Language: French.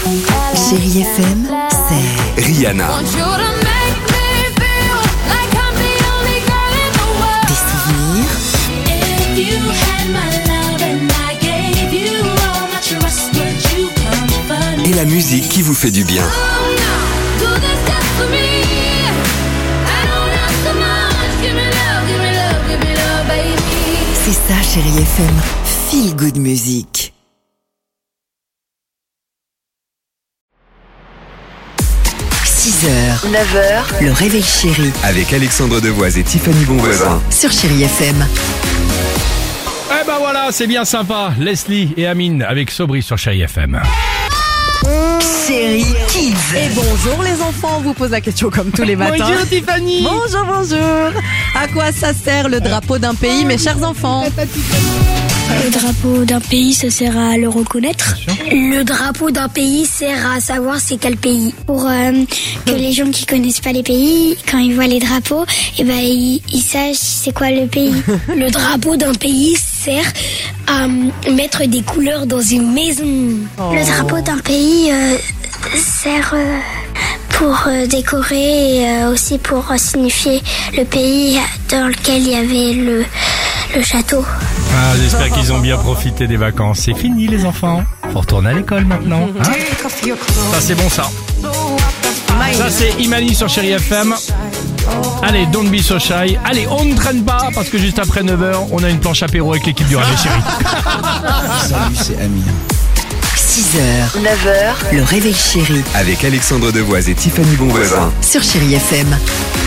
Chérie FM, c'est Rihanna. des souvenirs Et la musique qui vous fait du bien. c'est ça Chérie FM, Feel Good Music. 6h, 9h, le réveil chéri Avec Alexandre Devoise et Tiffany Bonvoisin. sur Chérie FM. Eh ben voilà, c'est bien sympa. Leslie et Amine avec Sobri sur Chérie FM. Chérie Kids. Et bonjour les enfants, on vous pose la question comme tous les matins. Bonjour Tiffany. Bonjour, bonjour. À quoi ça sert le drapeau d'un pays, mes chers enfants? Le drapeau d'un pays, ça sert à le reconnaître. Le drapeau d'un pays sert à savoir c'est quel pays. Pour que les gens qui connaissent pas les pays, quand ils voient les drapeaux, ils sachent c'est quoi le pays. Le drapeau d'un pays sert à mettre des couleurs dans une maison. Le drapeau d'un pays sert pour décorer et aussi pour signifier le pays dans lequel il y avait le château. Ah, j'espère qu'ils ont bien profité des vacances. C'est fini les enfants. Faut retourner à l'école maintenant. Hein, ça c'est bon ça. Ça c'est Imani sur Chérie FM. Allez, don't be so shy. Allez, on ne traîne pas parce que juste après 9h, on a une planche apéro avec l'équipe du Réveil Chéri. Salut, c'est Amine. 6h, 9h, le réveil chéri Avec Alexandre Devoise et Tiffany Bonvoisin. sur Chérie FM.